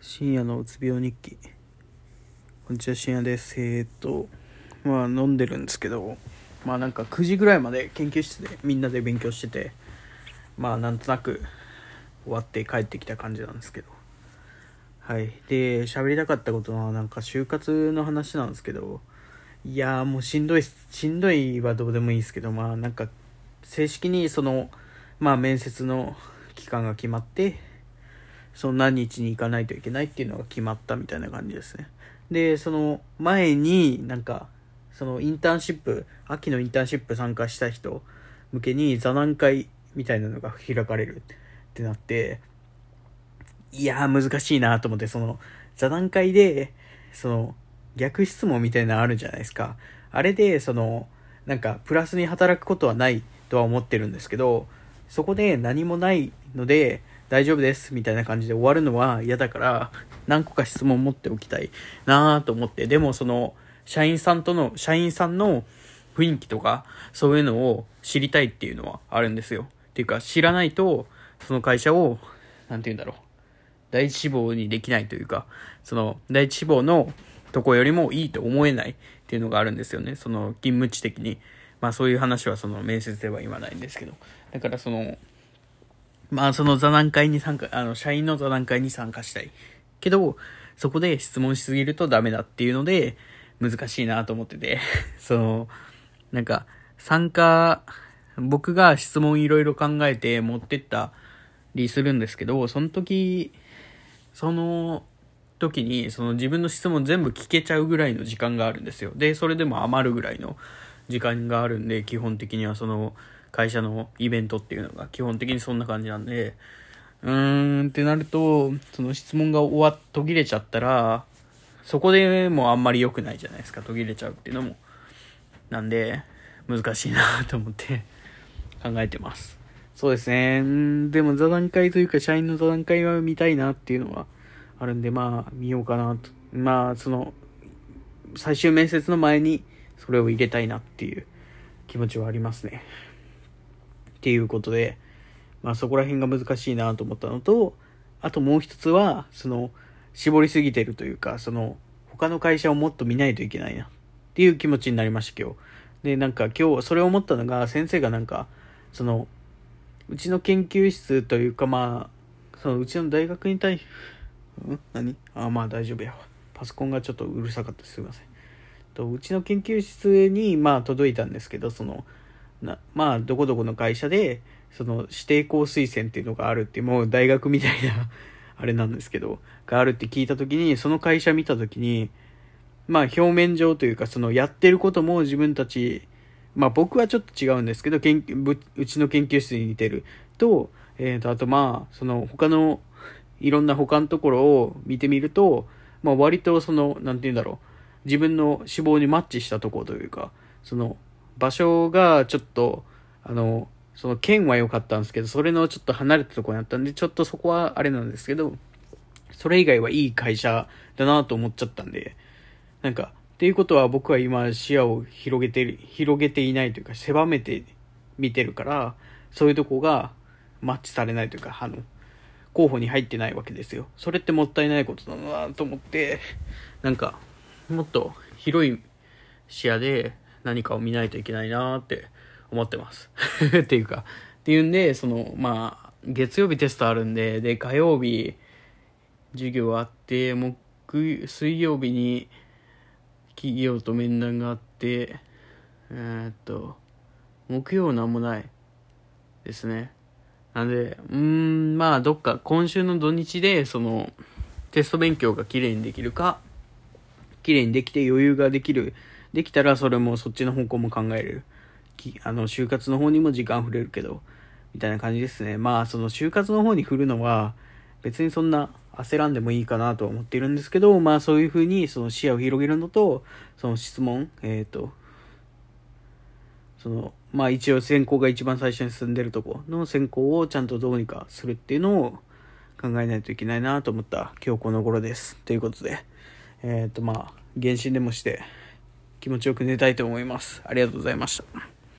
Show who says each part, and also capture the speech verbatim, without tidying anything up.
Speaker 1: 深夜のうつ病日記。こんにちは、深夜です。えーっとまあ飲んでるんですけど、まあなんかくじぐらいまで研究室でみんなで勉強してて、まあなんとなく終わって帰ってきた感じなんですけど、はい。で、喋りたかったことはなんか就活の話なんですけど、いやーもうしんどいしんどいはどうでもいいですけど、まあなんか正式にそのまあ面接の期間が決まって、その何日に行かないといけないっていうのが決まったみたいな感じですね。で、その前になんかそのインターンシップ、秋のインターンシップ参加した人向けに座談会みたいなのが開かれるってなって、いやー難しいなと思って、その座談会でその逆質問みたいなのあるじゃないですか。あれでそのなんかプラスに働くことはないとは思ってるんですけど、そこで何もないので大丈夫ですみたいな感じで終わるのは嫌だから、何個か質問持っておきたいなと思って。でもその社員さんとの社員さんの雰囲気とかそういうのを知りたいっていうのはあるんですよ。っていうか知らないとその会社をなんて言うんだろう、第一志望にできないというか、その第一志望のとこよりもいいと思えないっていうのがあるんですよね。その勤務地的に。まあそういう話はその面接では言わないんですけど。だからそのまあその座談会に参加、あの、社員の座談会に参加したい。けど、そこで質問しすぎるとダメだっていうので、難しいなと思ってて、その、なんか、参加、僕が質問いろいろ考えて持ってったりするんですけど、その時、その時に、その自分の質問全部聞けちゃうぐらいの時間があるんですよ。で、それでも余るぐらいの時間があるんで、基本的にはその、会社のイベントっていうのが基本的にそんな感じなんで、うーんってなると、その質問が終わっ途切れちゃったら、そこでもあんまり良くないじゃないですか、途切れちゃうっていうのも。なんで難しいなと思って考えてます。そうですね。でも座談会というか社員の座談会は見たいなっていうのはあるんで、まあ見ようかなと。まあその最終面接の前にそれを入れたいなっていう気持ちはありますね。っていうことで、まあそこら辺が難しいなと思ったのと、あともう一つは、その、絞りすぎてるというか、その、他の会社をもっと見ないといけないなっていう気持ちになりました、今日。で、なんか今日それを思ったのが、先生がなんか、その、うちの研究室というか、まあ、そのうちの大学に対し、ん何あ、まあ大丈夫やわ。パソコンがちょっとうるさかったすいません。と、うちの研究室に、まあ届いたんですけど、その、なまあどこどこの会社でその指定校推薦っていうのがあるって、もう大学みたいなあれなんですけどがあるって聞いた時に、その会社見た時に、まあ表面上というかそのやってることも自分たち、まあ僕はちょっと違うんですけど、研究うちの研究室に似てると、えーとあとまあその他のいろんな他のところを見てみると、まあ割とそのなんて言うんだろう、自分の志望にマッチしたところというか、その場所がちょっと、あの、その県は良かったんですけど、それのちょっと離れたところにあったんで、ちょっとそこはあれなんですけど、それ以外はいい会社だなと思っちゃったんで、なんか、っていうことは僕は今視野を広げてる、広げていないというか、狭めて見てるから、そういうとこがマッチされないというか、あの、候補に入ってないわけですよ。それってもったいないことだなと思って、なんか、もっと広い視野で、何かを見ないといけないなーって思ってますっていうか、っていうんで、そのまあ月曜日テストあるんで、で火曜日授業あって、木水曜日に企業と面談があって、えー、っと木曜なんもないですね。なんでうーんまあどっか今週の土日でそのテスト勉強が綺麗にできるか、綺麗にできて余裕ができるできたら、それもそっちの方向も考える。あの、就活の方にも時間触れるけど、みたいな感じですね。まあ、その就活の方に振るのは、別にそんな焦らんでもいいかなとは思っているんですけど、まあそういう風にその視野を広げるのと、その質問、えっと、その、まあ一応選考が一番最初に進んでるとこの選考をちゃんとどうにかするっていうのを考えないといけないなと思った今日この頃です。ということで、えっとまあ、原神でもして、気持ちよく寝たいと思います。ありがとうございました。